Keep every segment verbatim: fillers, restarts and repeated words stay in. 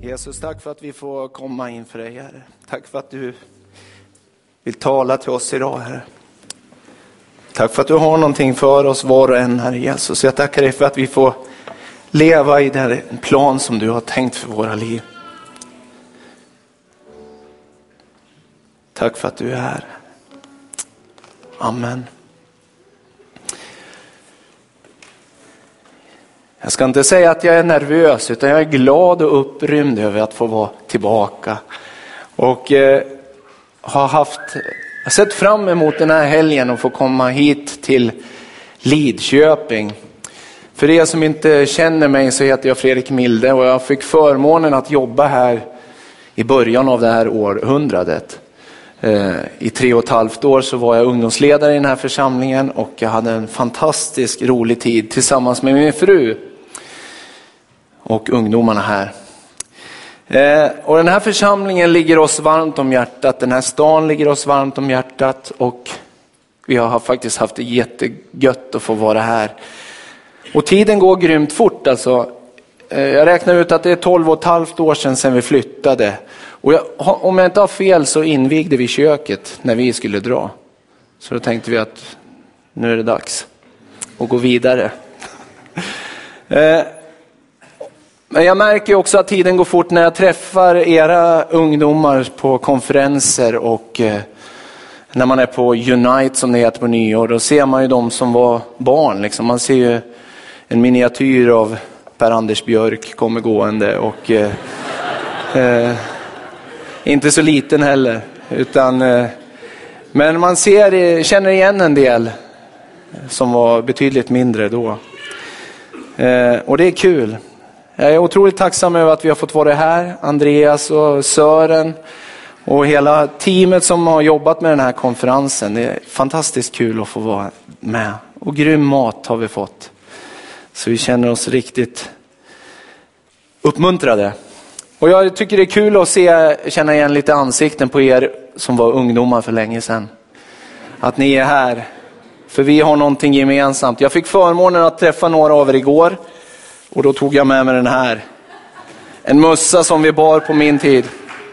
Jesus, tack för att vi får komma inför dig, Herre. Tack för att du vill tala till oss idag, Herre. Tack för att du har någonting för oss var och en, Herre Jesus. Jag tackar dig för att vi får leva i den plan som du har tänkt för våra liv. Tack för att du är här. Amen. Jag ska inte säga att jag är nervös, utan jag är glad och upprymd över att få vara tillbaka. Och eh, har haft, har sett fram emot den här helgen och få komma hit till Lidköping. För er som inte känner mig så heter jag Fredrik Milde och jag fick förmånen att jobba här i början av det här århundradet. Eh, I tre och ett halvt år så var jag ungdomsledare i den här församlingen och jag hade en fantastisk rolig tid tillsammans med min fru och ungdomarna här. Eh, och den här församlingen ligger oss varmt om hjärtat. Den här stan ligger oss varmt om hjärtat. Och vi har faktiskt haft det jättegött att få vara här. Och tiden går grymt fort alltså. Eh, jag räknar ut att det är tolv och ett halvt år sedan, sedan vi flyttade. Och jag, om jag inte har fel så invigde vi köket när vi skulle dra. Så då tänkte vi att nu är det dags att gå vidare. eh, Men jag märker också att tiden går fort när jag träffar era ungdomar på konferenser och eh, när man är på Unite som det heter på nyår. Då ser man ju de som var barn. Liksom. Man ser ju en miniatyr av Per-Anders Björk kommer gående och eh, eh, inte så liten heller. Utan, eh, men man ser, känner igen en del som var betydligt mindre då. Eh, och det är kul. Jag är otroligt tacksam över att vi har fått vara här. Andreas och Sören och hela teamet som har jobbat med den här konferensen. Det är fantastiskt kul att få vara med. Och grym mat har vi fått. Så vi känner oss riktigt uppmuntrade. Och jag tycker det är kul att se, känna igen lite ansikten på er som var ungdomar för länge sedan. Att ni är här. För vi har någonting gemensamt. Jag fick förmånen att träffa några av er igår. Och då tog jag med mig den här. En mössa som vi bar på min tid.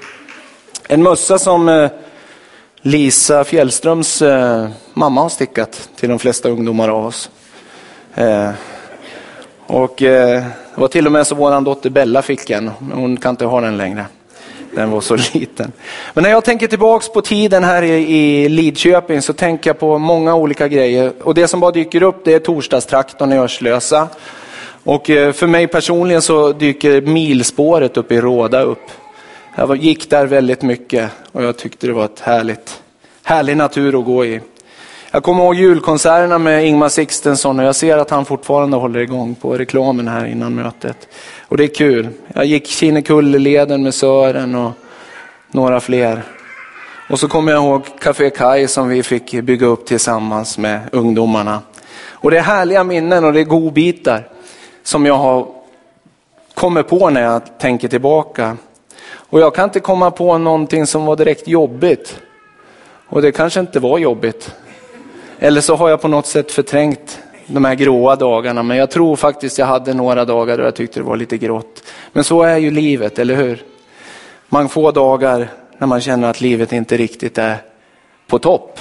En mössa som eh, Lisa Fjällströms eh, mamma har stickat till de flesta ungdomar av oss. Eh, och eh, det var till och med så våran dotter Bella fick en. Men hon kan inte ha den längre. Den var så liten. Men när jag tänker tillbaks på tiden här i, i Lidköping så tänker jag på många olika grejer. Och det som bara dyker upp det är torsdagstraktorn i Örslösa. Och för mig personligen så dyker milspåret upp i Råda upp. Jag gick där väldigt mycket och jag tyckte det var ett härligt, härlig natur att gå i. Jag kommer ihåg julkonserterna med Ingmar Sixtensson och jag ser att han fortfarande håller igång på reklamen här innan mötet. Och det är kul. Jag gick Kinnekulleleden med Sören och några fler. Och så kommer jag ihåg Café Kaj som vi fick bygga upp tillsammans med ungdomarna. Och det är härliga minnen och det är godbitar som jag har kommit på när jag tänker tillbaka. Och jag kan inte komma på någonting som var direkt jobbigt. Och det kanske inte var jobbigt. Eller så har jag på något sätt förträngt de här gråa dagarna. Men jag tror faktiskt jag hade några dagar då jag tyckte det var lite grått. Men så är ju livet, eller hur? Man får dagar när man känner att livet inte riktigt är på topp.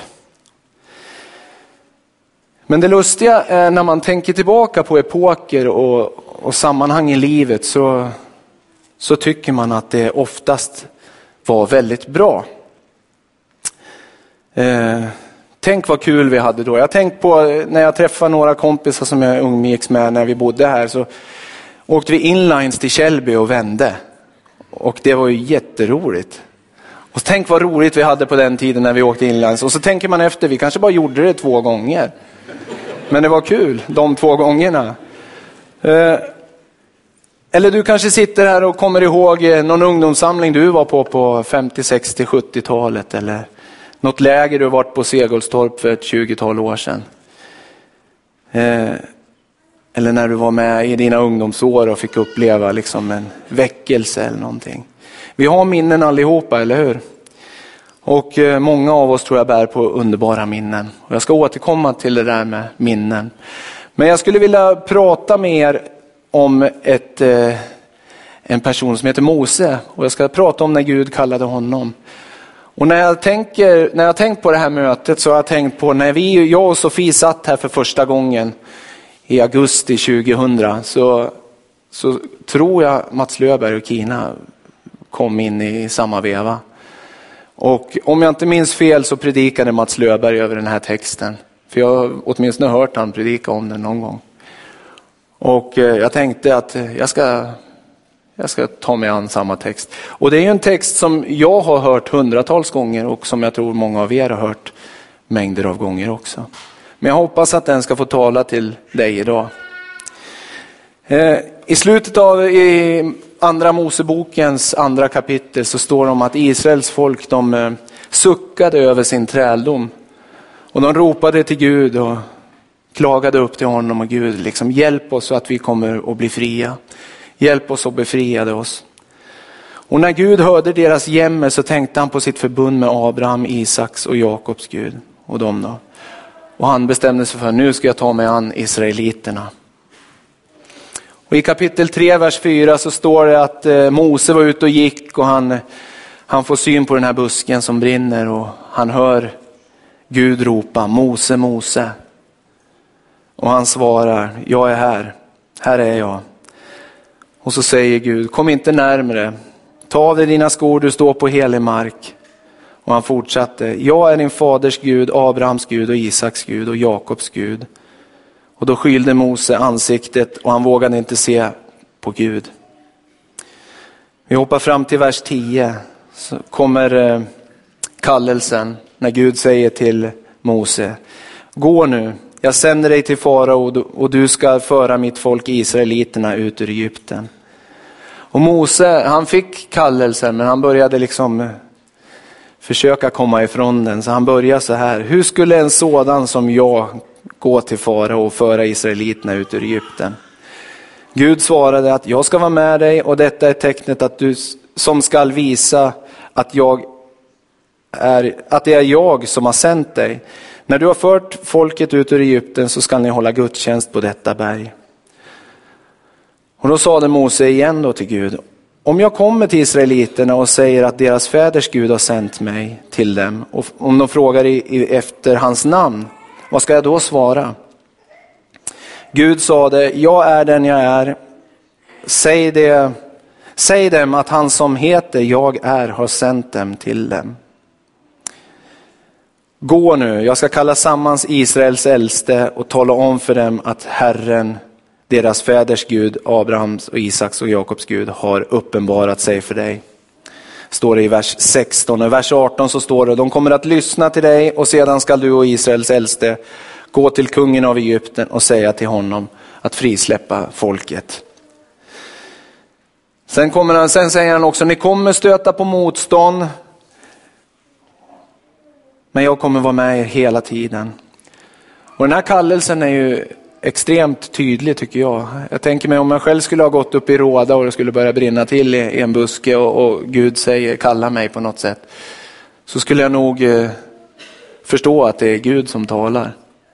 Men det lustiga är när man tänker tillbaka på epoker och, och sammanhang i livet så, så tycker man att det oftast var väldigt bra. Eh, tänk vad kul vi hade då. Jag tänkte på när jag träffade några kompisar som jag umgicks med när vi bodde här så åkte vi inlines till Källby och vände. Och det var ju jätteroligt. Och tänk vad roligt vi hade på den tiden när vi åkte inlines. Och så tänker man efter, vi kanske bara gjorde det två gånger. Men det var kul, de två gångerna. Eh, eller du kanske sitter här och kommer ihåg någon ungdomssamling du var på på femtio, sextio, sjuttiotalet. Eller något läger du varit på Segelstorp för ett tjugotal år sedan. Eh, eller när du var med i dina ungdomsår och fick uppleva liksom en väckelse eller någonting. Vi har minnen allihopa, eller hur? Och många av oss tror jag bär på underbara minnen. Och jag ska återkomma till det där med minnen. Men jag skulle vilja prata med er om ett, en person som heter Mose. Och jag ska prata om när Gud kallade honom. Och när jag tänker, när jag tänkt på det här mötet så har jag tänkt på när vi, jag och Sofie satt här för första gången i augusti tjugohundra, så, så tror jag Mats Löfberg och Kina kom in i samma veva. Och om jag inte minns fel så predikade Mats Löfberg över den här texten. För jag har åtminstone hört han predika om den någon gång. Och jag tänkte att jag ska, jag ska ta mig an samma text. Och det är ju en text som jag har hört hundratals gånger och som jag tror många av er har hört mängder av gånger också. Men jag hoppas att den ska få tala till dig idag. I slutet av i andra Mosebokens andra kapitel så står det om att Israels folk, de suckade över sin träldom. Och de ropade till Gud och klagade upp till honom, och Gud liksom, hjälp oss så att vi kommer att bli fria. Hjälp oss och befriade oss. Och när Gud hörde deras jämmer så tänkte han på sitt förbund med Abraham, Isaks och Jakobs Gud och dem då. Och han bestämde sig för, nu ska jag ta mig an israeliterna. Och i kapitel tre, vers fyra så står det att eh, Mose var ute och gick och han, han får syn på den här busken som brinner och han hör Gud ropa, Mose, Mose. Och han svarar, jag är här, här är jag. Och så säger Gud, kom inte närmare, ta av dig dina skor, du står på helig mark. Och han fortsatte, jag är din faders Gud, Abrahams Gud och Isaks Gud och Jakobs Gud. Och då skylde Mose ansiktet och han vågade inte se på Gud. Vi hoppar fram till vers tio, så kommer kallelsen när Gud säger till Mose, gå nu, jag sänder dig till farao och du ska föra mitt folk israeliterna ut ur Egypten. Och Mose, han fick kallelsen men han började liksom försöka komma ifrån den. Så han började så här, hur skulle en sådan som jag gå till farao och föra israeliterna ut ur Egypten? Gud svarade att jag ska vara med dig och detta är tecknet att du, som ska visa att, jag är, att det är jag som har sänt dig. När du har fört folket ut ur Egypten så ska ni hålla gudstjänst på detta berg. Och då sade Mose igen då till Gud, om jag kommer till israeliterna och säger att deras fäders Gud har sänt mig till dem, och om de frågar i, i, efter hans namn, vad ska jag då svara? Gud sade, jag är den jag är. Säg, det, säg dem att han som heter jag är har sänt dem till dem. Gå nu, jag ska kalla sammans Israels äldste och tala om för dem att Herren, deras fäders Gud, Abrahams och Isaks och Jakobs Gud, har uppenbarat sig för dig. Står det i vers sexton. Och i vers arton så står det, de kommer att lyssna till dig och sedan ska du och Israels äldste gå till kungen av Egypten och säga till honom att frisläppa folket. Sen, kommer han, sen säger han också, ni kommer stöta på motstånd, men jag kommer vara med er hela tiden. Och den här kallelsen är ju extremt tydlig tycker jag. Jag tänker mig om jag själv skulle ha gått upp i Råda och det skulle börja brinna till i en buske och, och Gud säger, kalla mig på något sätt. Så skulle jag nog eh, förstå att det är Gud som talar.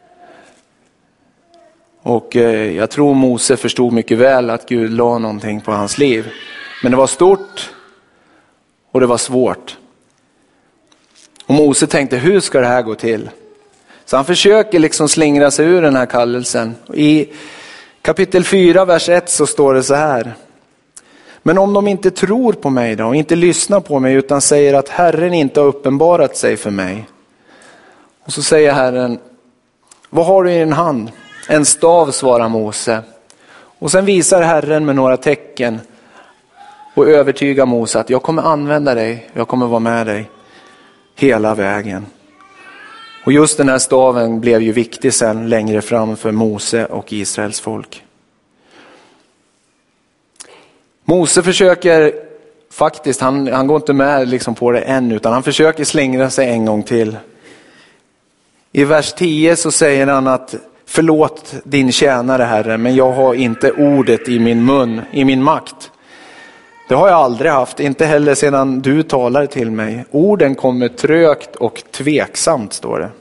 Och eh, jag tror Mose förstod mycket väl att Gud la någonting på hans liv. Men det var stort och det var svårt. Och Mose tänkte, hur ska det här gå till? Så han försöker liksom slingra sig ur den här kallelsen. I kapitel fyra, vers ett så står det så här. Men om de inte tror på mig då och inte lyssnar på mig utan säger att Herren inte har uppenbarat sig för mig. Och så säger Herren, vad har du i din hand? En stav, svarar Mose. Och sen visar Herren med några tecken och övertygar Mose att jag kommer använda dig, jag kommer vara med dig hela vägen. Och just den här staven blev ju viktig sen längre fram för Mose och Israels folk. Mose försöker faktiskt, han, han går inte med liksom på det än utan han försöker slingra sig en gång till. I vers tio så säger han att förlåt din tjänare Herre, men jag har inte ordet i min mun, i min makt. Det har jag aldrig haft, inte heller sedan du talar till mig. Orden kommer trögt och tveksamt, står det.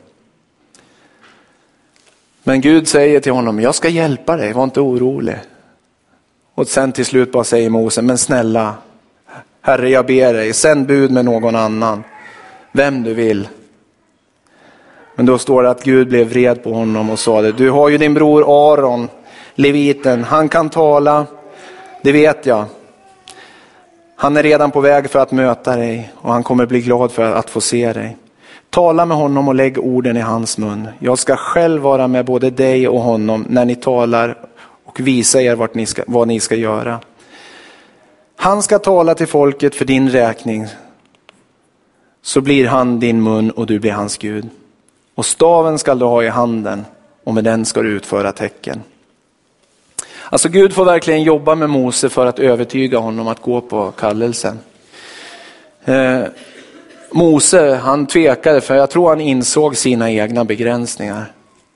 Men Gud säger till honom, jag ska hjälpa dig, var inte orolig. Och sen till slut bara säger Mose, men snälla Herre, jag ber dig, sänd bud med någon annan, vem du vill. Men då står det att Gud blev vred på honom och sa det, du har ju din bror Aron, leviten, han kan tala, det vet jag. Han är redan på väg för att möta dig och han kommer bli glad för att få se dig. Tala med honom och lägg orden i hans mun. Jag ska själv vara med både dig och honom när ni talar och visa er vart ni ska, vad ni ska göra. Han ska tala till folket för din räkning, så blir han din mun och du blir hans Gud. Och staven ska du ha i handen och med den ska du utföra tecken. Alltså Gud får verkligen jobba med Mose för att övertyga honom att gå på kallelsen. Eh, Mose, han tvekade för jag tror han insåg sina egna begränsningar.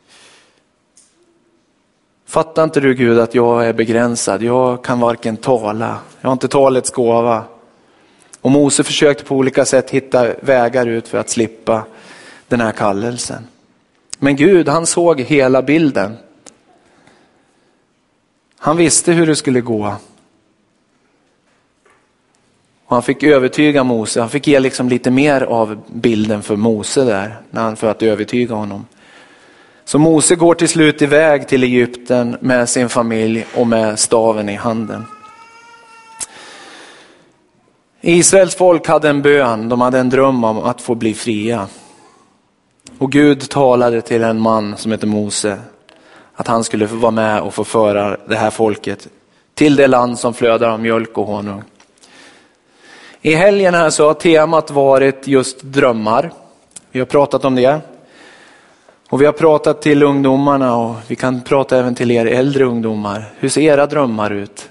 Fattar inte du Gud att jag är begränsad? Jag kan varken tala, jag har inte talets gåva. Och Mose försökte på olika sätt hitta vägar ut för att slippa den här kallelsen. Men Gud, han såg hela bilden. Han visste hur det skulle gå. Och han fick övertyga Mose. Han fick ge liksom lite mer av bilden för Mose där, när han, för att övertyga honom. Så Mose går till slut iväg till Egypten med sin familj och med staven i handen. Israels folk hade en bön, de hade en dröm om att få bli fria. Och Gud talade till en man som heter Mose att han skulle få vara med och få föra det här folket till det land som flödar av mjölk och honung. I helgen här så har temat varit just drömmar. Vi har pratat om det. Och vi har pratat till ungdomarna och vi kan prata även till er äldre ungdomar. Hur ser era drömmar ut?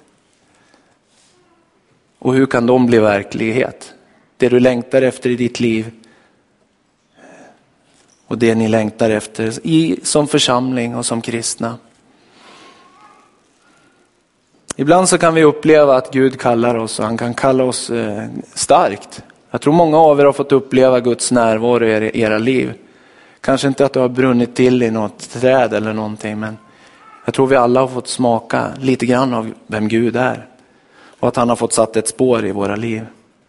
Och hur kan de bli verklighet? Det du längtar efter i ditt liv och det ni längtar efter i, som församling och som kristna. Ibland så kan vi uppleva att Gud kallar oss och han kan kalla oss eh, starkt. Jag tror många av er har fått uppleva Guds närvaro i era liv. Kanske inte att du har brunnit till i något träd eller någonting, men jag tror vi alla har fått smaka lite grann av vem Gud är. Och att han har fått satt ett spår i våra liv.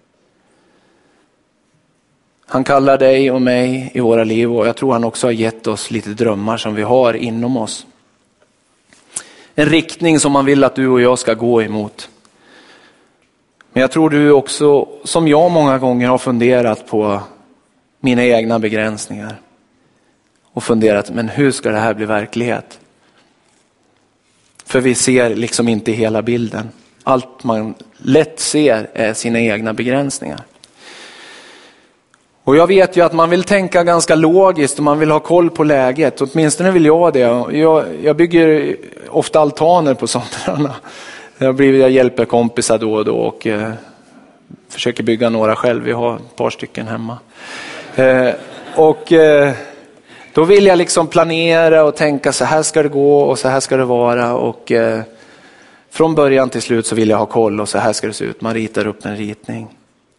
Han kallar dig och mig i våra liv och jag tror han också har gett oss lite drömmar som vi har inom oss. En riktning som man vill att du och jag ska gå emot. Men jag tror du också, som jag många gånger har funderat på mina egna begränsningar. Och funderat, men hur ska det här bli verklighet? För vi ser liksom inte hela bilden. Allt man lätt ser är sina egna begränsningar. Och jag vet ju att man vill tänka ganska logiskt och man vill ha koll på läget. Åtminstone vill jag det. Jag, jag bygger ofta altaner på sådana. Jag, blir, jag hjälper kompisar då och då och eh, försöker bygga några själv. Vi har ett par stycken hemma. Eh, och eh, då vill jag liksom planera och tänka så här ska det gå och så här ska det vara. Och eh, från början till slut så vill jag ha koll och så här ska det se ut. Man ritar upp en ritning.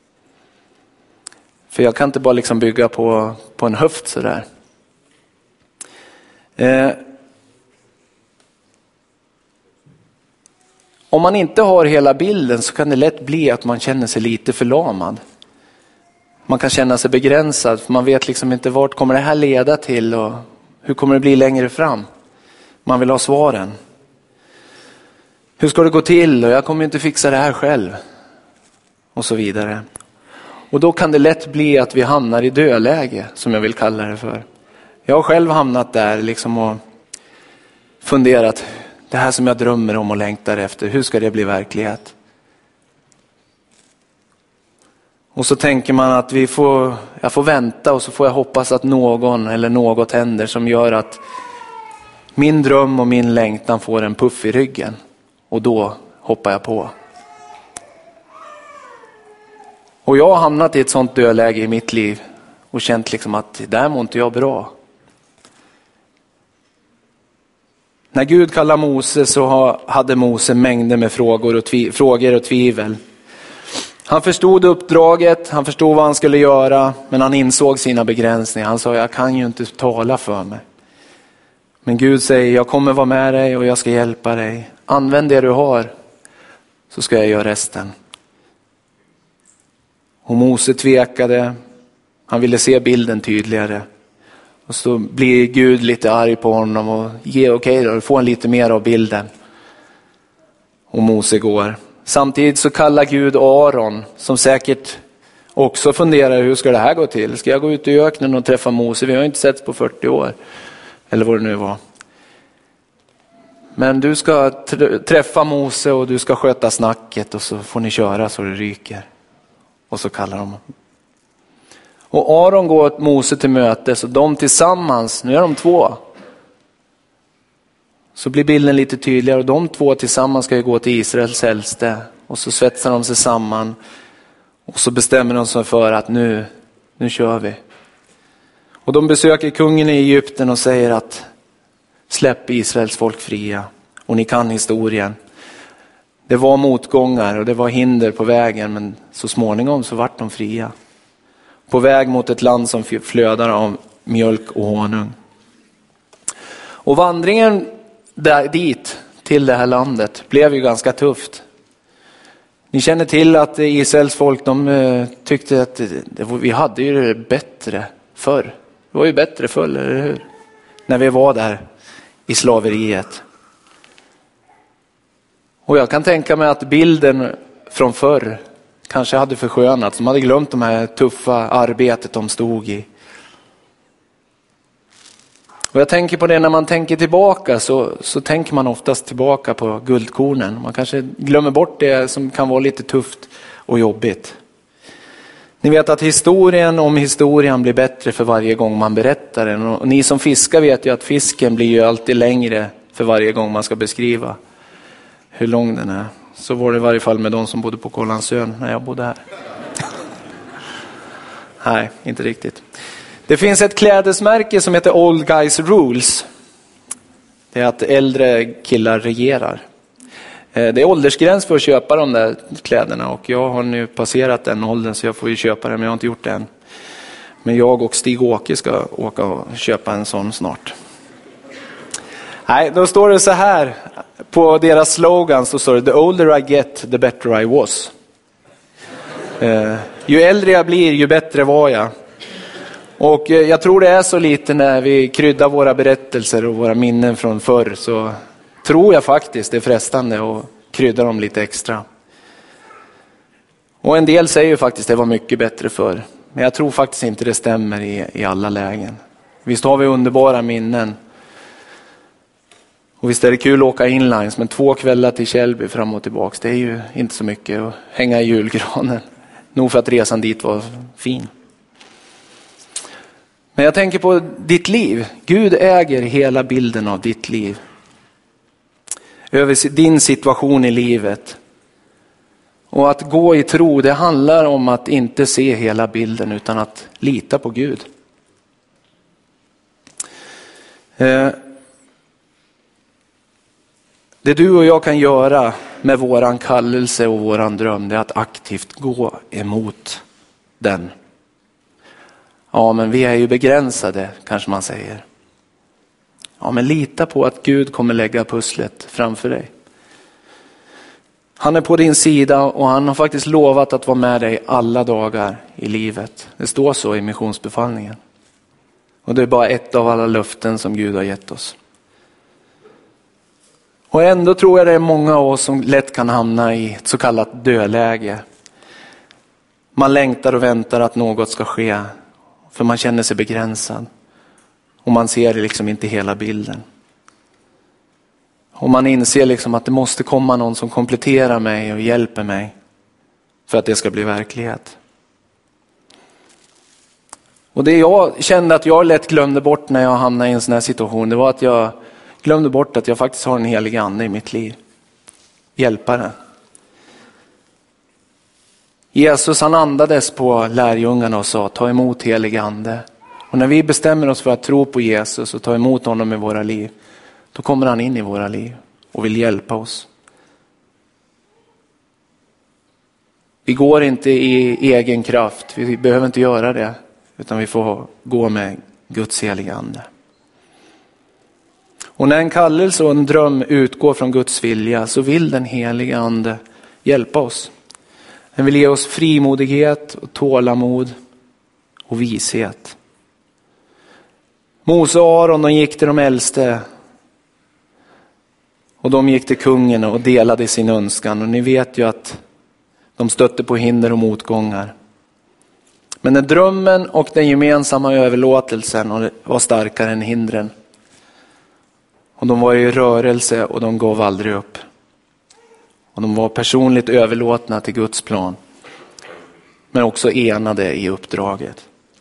För jag kan inte bara liksom bygga på, på en höft sådär. Eh, om man inte har hela bilden så kan det lätt bli att man känner sig lite förlamad. Man kan känna sig begränsad för man vet liksom inte vart kommer det här leda till och hur kommer det bli längre fram. Man vill ha svaren. Hur ska det gå till och jag kommer inte fixa det här själv. Och så vidare. Och då kan det lätt bli att vi hamnar i dödläge, som jag vill kalla det för. Jag har själv hamnat där liksom och funderat, det här som jag drömmer om och längtar efter, hur ska det bli verklighet? Och så tänker man att vi får, jag får vänta och så får jag hoppas att någon eller något händer som gör att min dröm och min längtan får en puff i ryggen. Och då hoppar jag på. Och jag har hamnat i ett sånt dödläge i mitt liv och känt liksom att där mår inte jag bra. När Gud kallar Mose så hade Mose mängder med frågor och, tvi- frågor och tvivel. Han förstod uppdraget, han förstod vad han skulle göra, men han insåg sina begränsningar. Han sa, jag kan ju inte tala för mig. Men Gud säger, jag kommer vara med dig och jag ska hjälpa dig. Använd det du har. så ska jag göra resten. Och Mose tvekade. Han ville se bilden tydligare. Och så blir Gud lite arg på honom och ge okej okay då, få en lite mer av bilden. Och Mose går. Samtidigt så kallar Gud Aron, som säkert också funderar, hur ska det här gå till? Ska jag gå ut i öknen och träffa Mose? Vi har inte setts på fyrtio år. Eller vad det nu var. Men du ska träffa Mose och du ska sköta snacket och så får ni köra så det ryker. Och så kallar de. Och Aron går åt Mose till möte, så de tillsammans, nu är de två. Så blir bilden lite tydligare och de två tillsammans ska ju gå till Israels äldste. Och så svetsar de sig samman och så bestämmer de sig för att nu, nu kör vi. Och de besöker kungen i Egypten och säger att släpp Israels folk fria. Och ni kan historien. Det var motgångar och det var hinder på vägen, men så småningom så vart de fria. På väg mot ett land som flödar av mjölk och honung. Och vandringen där, dit till det här landet blev ju ganska tufft. Ni känner till att Israels folk, de uh, tyckte att det, det, vi hade ju det bättre förr. Det var ju bättre förr, eller hur? När vi var där i slaveriet. Och jag kan tänka mig att bilden från förr kanske hade förskönats. De hade glömt de här tuffa arbetet de stod i. Och jag tänker på det, när man tänker tillbaka så, så tänker man oftast tillbaka på guldkornen. Man kanske glömmer bort det som kan vara lite tufft och jobbigt. Ni vet att historien om historien blir bättre för varje gång man berättar den. Och ni som fiskar vet ju att fisken blir ju alltid längre för varje gång man ska beskriva hur lång den är. Så var det i varje fall med de som bodde på Kållandsön när jag bodde här. Nej, inte riktigt. Det finns ett klädesmärke som heter Old Guys Rules. Det är att äldre killar regerar. Det är åldersgräns för att köpa de där kläderna och jag har nu passerat den åldern så jag får ju köpa det, men jag har inte gjort det än. Men jag och Stig-Åke ska åka och köpa en sån snart. Nej, då står det så här på deras slogan, så står det: The older I get, the better I was. Eh, ju äldre jag blir, ju bättre var jag. Och eh, jag tror det är så lite när vi kryddar våra berättelser och våra minnen från förr, så tror jag faktiskt det är frestande att krydda dem lite extra. Och en del säger ju faktiskt det var mycket bättre förr. Men jag tror faktiskt inte det stämmer i, i alla lägen. Visst har vi underbara minnen. Och visst är det kul att åka inlines, men två kvällar till Källby fram och tillbaks, det är ju inte så mycket att hänga i julgranen. Nog för att resan dit var fin. Men jag tänker på ditt liv. Gud äger hela bilden av ditt liv. Över din situation i livet. Och att gå i tro, det handlar om att inte se hela bilden utan att lita på Gud. Eh, Det du och jag kan göra med våran kallelse och våran dröm, det är att aktivt gå emot den. Ja, men vi är ju begränsade, kanske man säger. Ja, men lita på att Gud kommer lägga pusslet framför dig. Han är på din sida och han har faktiskt lovat att vara med dig alla dagar i livet. Det står så i missionsbefallningen. Och det är bara ett av alla löften som Gud har gett oss. Och ändå tror jag det är många av oss som lätt kan hamna i ett så kallat dödläge. Man längtar och väntar att något ska ske, för man känner sig begränsad. Och man ser liksom inte hela bilden. Och man inser liksom att det måste komma någon som kompletterar mig och hjälper mig för att det ska bli verklighet. Och det jag kände att jag lätt glömde bort när jag hamnade i en sån här situation, det var att jag glömde bort att jag faktiskt har en helig ande i mitt liv. Hjälparen. Jesus, han andades på lärjungarna och sa: ta emot helig ande. Och när vi bestämmer oss för att tro på Jesus och ta emot honom i våra liv, då kommer han in i våra liv och vill hjälpa oss. Vi går inte i egen kraft, vi behöver inte göra det, utan vi får gå med Guds heliga ande. Och när en kallelse och en dröm utgår från Guds vilja, så vill den heliga ande hjälpa oss. Den vill ge oss frimodighet och tålamod och vishet. Mose och Aron, de gick till de äldste. Och de gick till kungen och delade sin önskan. Och ni vet ju att de stötte på hinder och motgångar. Men när drömmen och den gemensamma överlåtelsen var starkare än hindren. Och de var i rörelse och de gav aldrig upp. Och de var personligt överlåtna till Guds plan. Men också enade i uppdraget.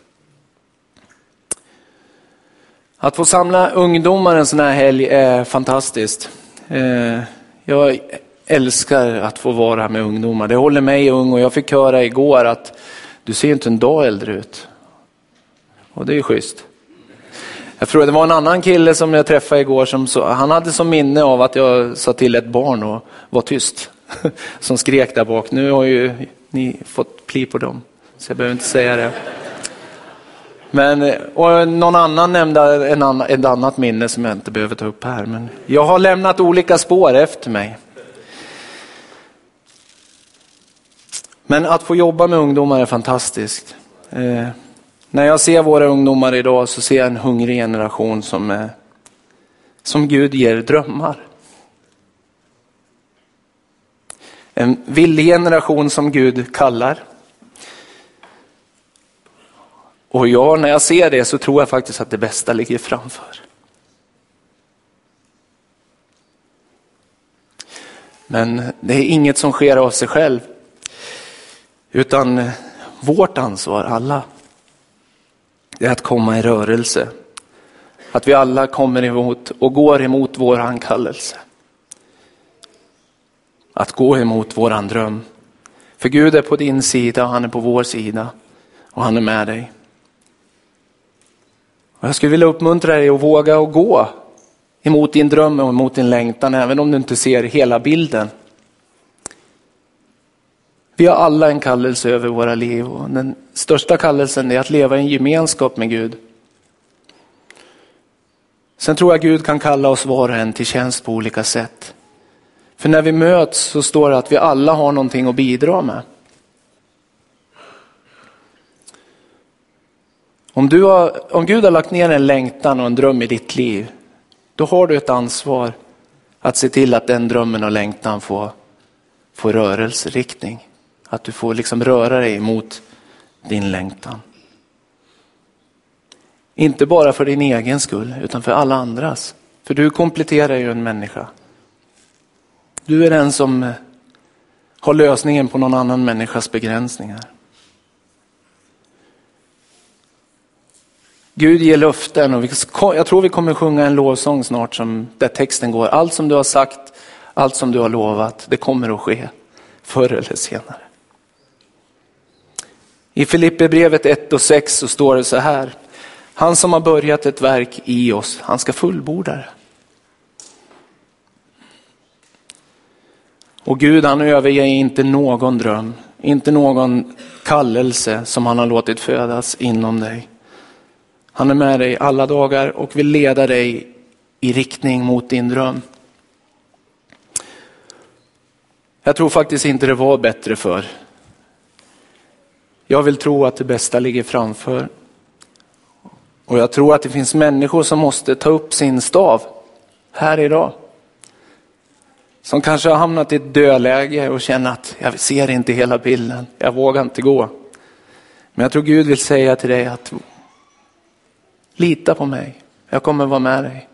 Att få samla ungdomar en sån här helg är fantastiskt. Jag älskar att få vara med ungdomar. Det håller mig ung, och jag fick höra igår att du ser inte en dag äldre ut. Och det är ju schysst. Jag tror det var en annan kille som jag träffade igår som så, han hade som minne av att jag sa till ett barn och var tyst. Som skrek där bak. Nu har ju ni fått pli på dem, så jag behöver inte säga det. Men, och någon annan nämnde en annan, ett annat minne som jag inte behöver ta upp här. Men jag har lämnat olika spår efter mig. Men att få jobba med ungdomar är fantastiskt. Eh, när jag ser våra ungdomar idag så ser jag en hungrig generation som, eh, som Gud ger drömmar. En villig generation som Gud kallar. Och jag, när jag ser det så tror jag faktiskt att det bästa ligger framför. Men det är inget som sker av sig själv. Utan vårt ansvar, alla, det är att komma i rörelse. Att vi alla kommer emot och går emot våran kallelse. Att gå emot våran dröm. För Gud är på din sida och han är på vår sida. Och han är med dig. Och jag skulle vilja uppmuntra dig att våga och gå emot din dröm och emot din längtan, även om du inte ser hela bilden. Vi har alla en kallelse över våra liv, och den största kallelsen är att leva i en gemenskap med Gud. Sen tror jag Gud kan kalla oss var och en till tjänst på olika sätt. För när vi möts så står det att vi alla har någonting att bidra med. Om, du har, om Gud har lagt ner en längtan och en dröm i ditt liv, då har du ett ansvar att se till att den drömmen och längtan får, får rörelseriktning. Att du får liksom röra dig mot din längtan. Inte bara för din egen skull, utan för alla andras. För du kompletterar ju en människa. Du är den som har lösningen på någon annan människas begränsningar. Gud ger löften, och vi, jag tror vi kommer sjunga en lovsång snart som där texten går. Allt som du har sagt, allt som du har lovat, det kommer att ske förr eller senare. I Filipperbrevet ett och sex så står det så här: han som har börjat ett verk i oss, han ska fullborda det. Och Gud, han överger inte någon dröm, inte någon kallelse som han har låtit födas inom dig. Han är med dig alla dagar och vill leda dig i riktning mot din dröm. Jag tror faktiskt inte det var bättre för. Jag vill tro att det bästa ligger framför. Och jag tror att det finns människor som måste ta upp sin stav här idag. Som kanske har hamnat i ett dödläge och känner att jag ser inte hela bilden. Jag vågar inte gå. Men jag tror Gud vill säga till dig att lita på mig. Jag kommer vara med dig.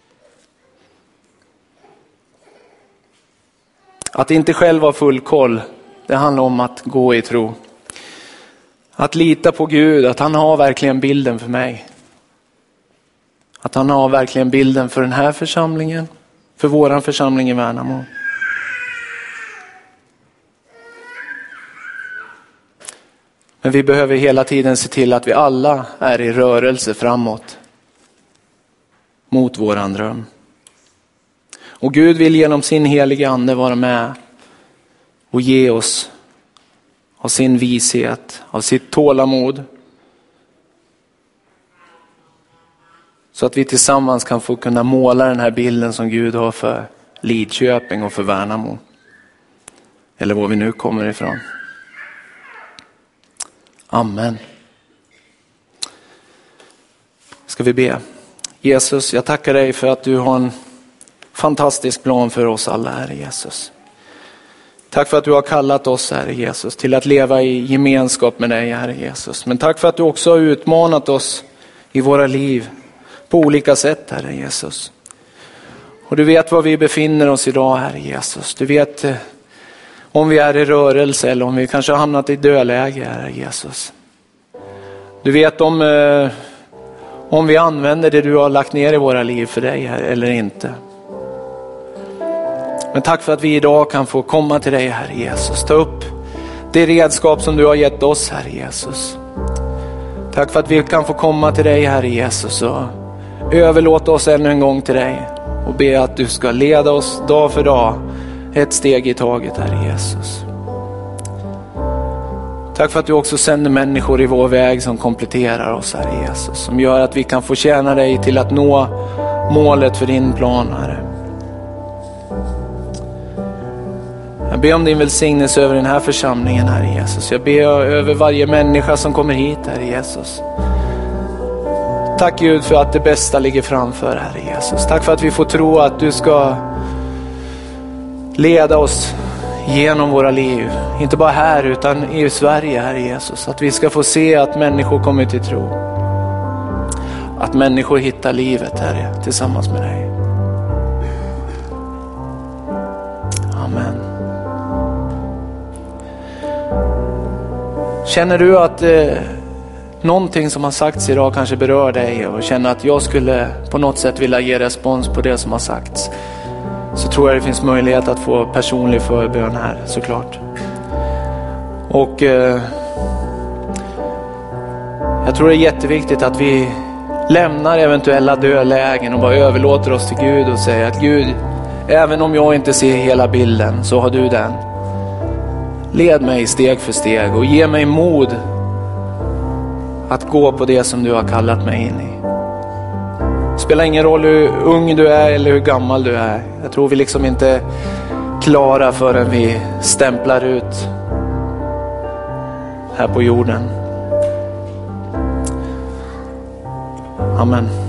Att inte själv ha full koll, det handlar om att gå i tro. Att lita på Gud, att han har verkligen bilden för mig. Att han har verkligen bilden för den här församlingen, för våran församling i Värnamo. Men vi behöver hela tiden se till att vi alla är i rörelse framåt mot våran dröm. Och Gud vill genom sin heliga ande vara med och ge oss av sin vishet, av sitt tålamod. Så att vi tillsammans kan få kunna måla den här bilden som Gud har för Lidköping och för Värnamo. eller var vi nu kommer ifrån. Amen. Ska vi be. Jesus, jag tackar dig för att du har en fantastisk plan för oss alla, Herre Jesus. Tack för att du har kallat oss, Herre Jesus, till att leva i gemenskap med dig, Herre Jesus. Men tack för att du också har utmanat oss i våra liv på olika sätt, Herre Jesus. Och du vet var vi befinner oss idag, Herre Jesus. Du vet eh, om vi är i rörelse eller om vi kanske har hamnat i dödläge, Herre Jesus. Du vet om, eh, om vi använder det du har lagt ner i våra liv för dig, Herre, eller inte. Men tack för att vi idag kan få komma till dig, Herre Jesus. Ta upp det redskap som du har gett oss, Herre Jesus. Tack för att vi kan få komma till dig, Herre Jesus, och överlåta oss ännu en gång till dig. Och be att du ska leda oss dag för dag, ett steg i taget, Herre Jesus. Tack för att du också sänder människor i vår väg som kompletterar oss, Herre Jesus. Som gör att vi kan få tjäna dig till att nå målet för din plan, Herre. Jag ber om din välsignelse över den här församlingen, Herre Jesus. Jag ber över varje människa som kommer hit, Herre Jesus. Tack Gud för att det bästa ligger framför, Herre Jesus. Tack för att vi får tro att du ska leda oss genom våra liv. Inte bara här utan i Sverige, Herre Jesus. Att vi ska få se att människor kommer till tro. Att människor hittar livet, Herre, tillsammans med dig. Amen. Känner du att eh, någonting som har sagts idag kanske berör dig och känner att jag skulle på något sätt vilja ge respons på det som har sagts, så tror jag det finns möjlighet att få personlig förbön här, såklart. Och eh, jag tror det är jätteviktigt att vi lämnar eventuella dödlägen och bara överlåter oss till Gud och säger att Gud, även om jag inte ser hela bilden så har du den. Led mig steg för steg och ge mig mod att gå på det som du har kallat mig in i. Spelar ingen roll hur ung du är eller hur gammal du är. Jag tror vi liksom inte är klara förrän vi stämplar ut här på jorden. Amen.